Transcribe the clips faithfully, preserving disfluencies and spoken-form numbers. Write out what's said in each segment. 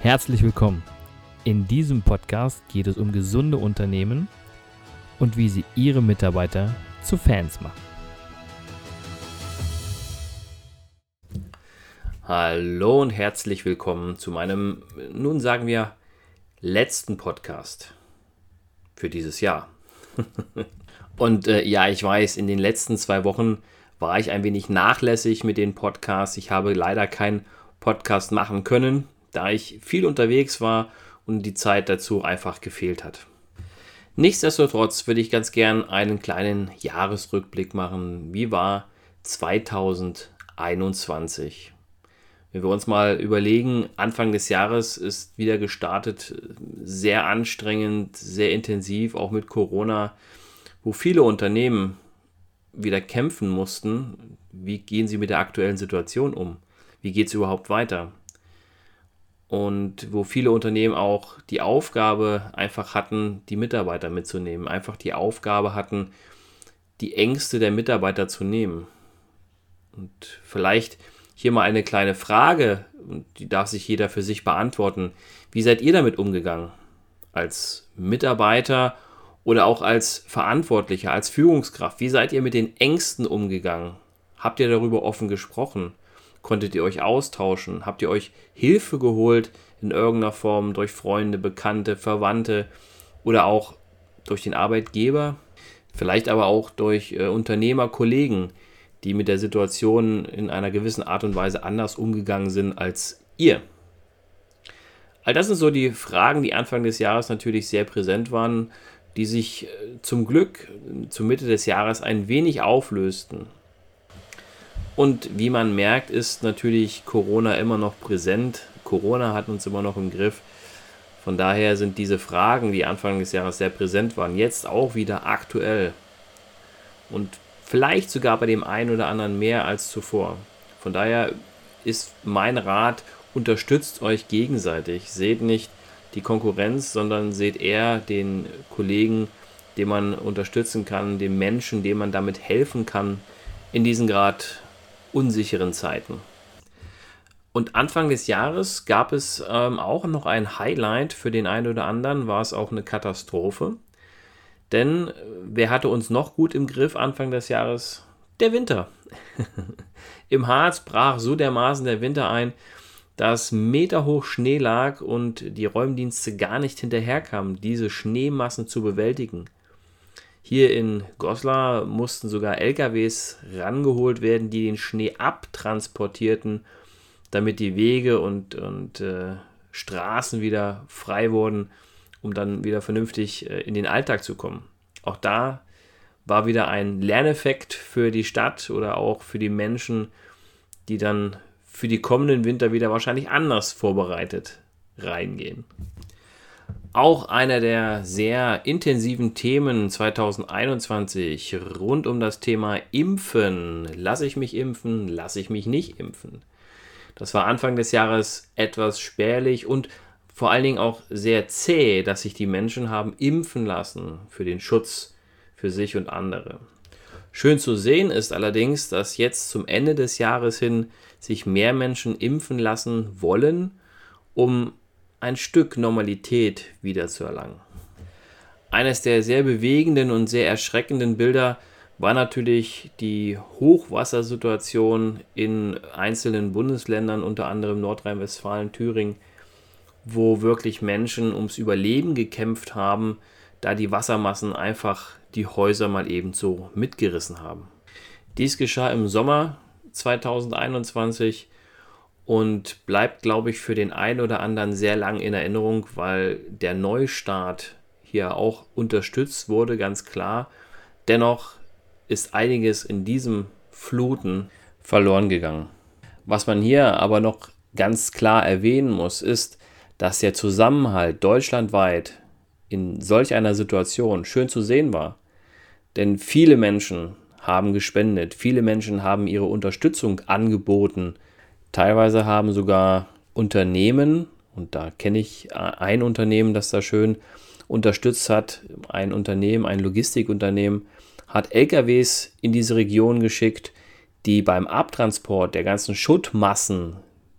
Herzlich willkommen. In diesem Podcast geht es um gesunde Unternehmen und wie sie ihre Mitarbeiter zu Fans machen. Hallo und herzlich willkommen zu meinem, nun sagen wir, letzten Podcast für dieses Jahr. Und äh, ja, ich weiß, in den letzten zwei Wochen war ich ein wenig nachlässig mit den Podcasts. Ich habe leider keinen Podcast machen können, da ich viel unterwegs war und die Zeit dazu einfach gefehlt hat. Nichtsdestotrotz würde ich ganz gern einen kleinen Jahresrückblick machen. Wie war zwanzig einundzwanzig? Wenn wir uns mal überlegen, Anfang des Jahres ist wieder gestartet, sehr anstrengend, sehr intensiv, auch mit Corona, wo viele Unternehmen wieder kämpfen mussten. Wie gehen sie mit der aktuellen Situation um? Wie geht es überhaupt weiter? Und wo viele Unternehmen auch die Aufgabe einfach hatten, die Mitarbeiter mitzunehmen, einfach die Aufgabe hatten, die Ängste der Mitarbeiter zu nehmen. Und vielleicht hier mal eine kleine Frage, und die darf sich jeder für sich beantworten. Wie seid ihr damit umgegangen? Als Mitarbeiter oder auch als Verantwortlicher, als Führungskraft? Wie seid ihr mit den Ängsten umgegangen? Habt ihr darüber offen gesprochen? Konntet ihr euch austauschen? Habt ihr euch Hilfe geholt in irgendeiner Form durch Freunde, Bekannte, Verwandte oder auch durch den Arbeitgeber? Vielleicht aber auch durch äh, Unternehmer, Kollegen, die mit der Situation in einer gewissen Art und Weise anders umgegangen sind als ihr. All das sind so die Fragen, die Anfang des Jahres natürlich sehr präsent waren, die sich äh, zum Glück zur Mitte des Jahres ein wenig auflösten. Und wie man merkt, ist natürlich Corona immer noch präsent. Corona hat uns immer noch im Griff. Von daher sind diese Fragen, die Anfang des Jahres sehr präsent waren, jetzt auch wieder aktuell. Und vielleicht sogar bei dem einen oder anderen mehr als zuvor. Von daher ist mein Rat, unterstützt euch gegenseitig. Seht nicht die Konkurrenz, sondern seht eher den Kollegen, den man unterstützen kann, den Menschen, dem man damit helfen kann in diesen gerade unsicheren Zeiten. Und Anfang des Jahres gab es ähm, auch noch ein Highlight. Für den einen oder anderen war es auch eine Katastrophe. Denn wer hatte uns noch gut im Griff Anfang des Jahres? Der Winter. Im Harz brach so dermaßen der Winter ein, dass meterhoch Schnee lag und die Räumdienste gar nicht hinterherkamen, diese Schneemassen zu bewältigen. Hier in Goslar mussten sogar L K Ws rangeholt werden, die den Schnee abtransportierten, damit die Wege und, und äh, Straßen wieder frei wurden, um dann wieder vernünftig äh, in den Alltag zu kommen. Auch da war wieder ein Lerneffekt für die Stadt oder auch für die Menschen, die dann für die kommenden Winter wieder wahrscheinlich anders vorbereitet reingehen. Auch einer der sehr intensiven Themen zwanzig einundzwanzig rund um das Thema Impfen. Lasse ich mich impfen? Lasse ich mich nicht impfen? Das war Anfang des Jahres etwas spärlich und vor allen Dingen auch sehr zäh, dass sich die Menschen haben impfen lassen für den Schutz für sich und andere. Schön zu sehen ist allerdings, dass jetzt zum Ende des Jahres hin sich mehr Menschen impfen lassen wollen, um ein Stück Normalität wiederzuerlangen. Eines der sehr bewegenden und sehr erschreckenden Bilder war natürlich die Hochwassersituation in einzelnen Bundesländern, unter anderem Nordrhein-Westfalen, Thüringen, wo wirklich Menschen ums Überleben gekämpft haben, da die Wassermassen einfach die Häuser mal eben so mitgerissen haben. Dies geschah im Sommer zwanzig einundzwanzig und bleibt, glaube ich, für den einen oder anderen sehr lang in Erinnerung, weil der Neustart hier auch unterstützt wurde, ganz klar. Dennoch ist einiges in diesem Fluten verloren gegangen. Was man hier aber noch ganz klar erwähnen muss, ist, dass der Zusammenhalt deutschlandweit in solch einer Situation schön zu sehen war. Denn viele Menschen haben gespendet, viele Menschen haben ihre Unterstützung angeboten. Teilweise haben sogar Unternehmen, und da kenne ich ein Unternehmen, das da schön unterstützt hat, ein Unternehmen, ein Logistikunternehmen, hat L K Ws in diese Region geschickt, die beim Abtransport der ganzen Schuttmassen,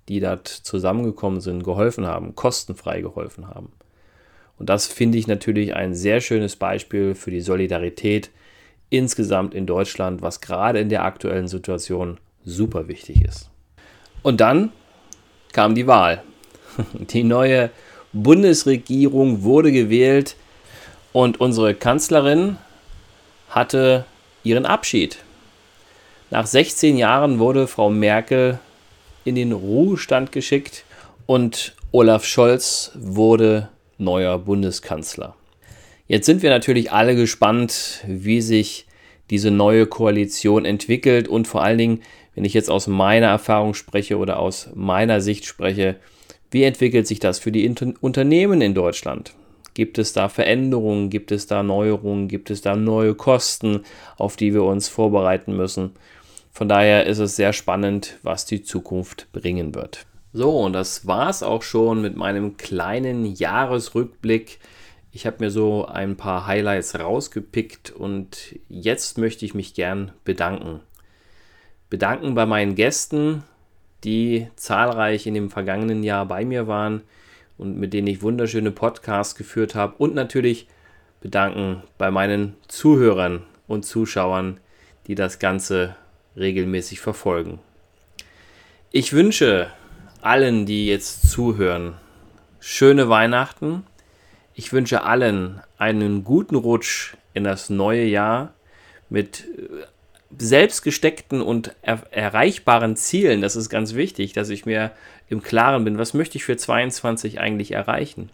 die dort zusammengekommen sind, geholfen haben, kostenfrei geholfen haben. Und das finde ich natürlich ein sehr schönes Beispiel für die Solidarität insgesamt in Deutschland, was gerade in der aktuellen Situation super wichtig ist. Und dann kam die Wahl. Die neue Bundesregierung wurde gewählt und unsere Kanzlerin hatte ihren Abschied. Nach sechzehn Jahren wurde Frau Merkel in den Ruhestand geschickt und Olaf Scholz wurde neuer Bundeskanzler. Jetzt sind wir natürlich alle gespannt, wie sich diese neue Koalition entwickelt und vor allen Dingen, wenn ich jetzt aus meiner Erfahrung spreche oder aus meiner Sicht spreche, wie entwickelt sich das für die Inter- Unternehmen in Deutschland? Gibt es da Veränderungen, gibt es da Neuerungen, gibt es da neue Kosten, auf die wir uns vorbereiten müssen? Von daher ist es sehr spannend, was die Zukunft bringen wird. So, und das war es auch schon mit meinem kleinen Jahresrückblick. Ich habe mir so ein paar Highlights rausgepickt und jetzt möchte ich mich gern bedanken. Bedanken bei meinen Gästen, die zahlreich in dem vergangenen Jahr bei mir waren und mit denen ich wunderschöne Podcasts geführt habe. Und natürlich bedanken bei meinen Zuhörern und Zuschauern, die das Ganze regelmäßig verfolgen. Ich wünsche allen, die jetzt zuhören, schöne Weihnachten. Ich wünsche allen einen guten Rutsch in das neue Jahr mit selbst gesteckten und er- erreichbaren Zielen. Das ist ganz wichtig, dass ich mir im Klaren bin, was möchte ich für zweiundzwanzig eigentlich erreichen.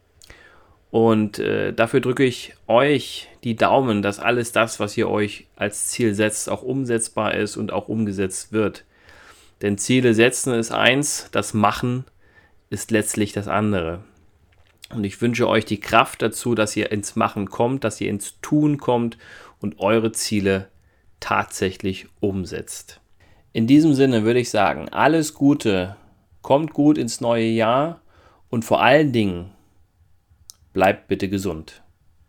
Und äh, dafür drücke ich euch die Daumen, dass alles das, was ihr euch als Ziel setzt, auch umsetzbar ist und auch umgesetzt wird. Denn Ziele setzen ist eins, das Machen ist letztlich das andere. Und ich wünsche euch die Kraft dazu, dass ihr ins Machen kommt, dass ihr ins Tun kommt und eure Ziele tatsächlich umsetzt. In diesem Sinne würde ich sagen, alles Gute, kommt gut ins neue Jahr und vor allen Dingen bleibt bitte gesund.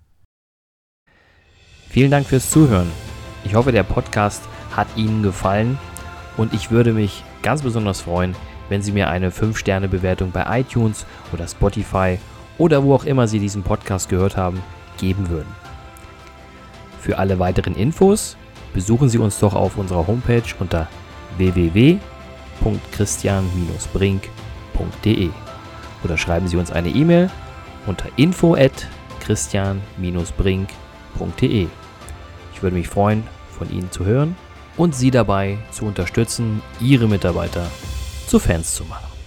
Vielen Dank fürs Zuhören. Ich hoffe, der Podcast hat Ihnen gefallen und ich würde mich ganz besonders freuen, wenn Sie mir eine fünf Sterne Bewertung bei iTunes oder Spotify oder wo auch immer Sie diesen Podcast gehört haben, geben würden. Für alle weiteren Infos besuchen Sie uns doch auf unserer Homepage unter w w w punkt christian Bindestrich brink punkt d e oder schreiben Sie uns eine E-Mail unter info at christian Bindestrich brink punkt d e. Ich würde mich freuen, von Ihnen zu hören und Sie dabei zu unterstützen, Ihre Mitarbeiter zu Fans zu machen.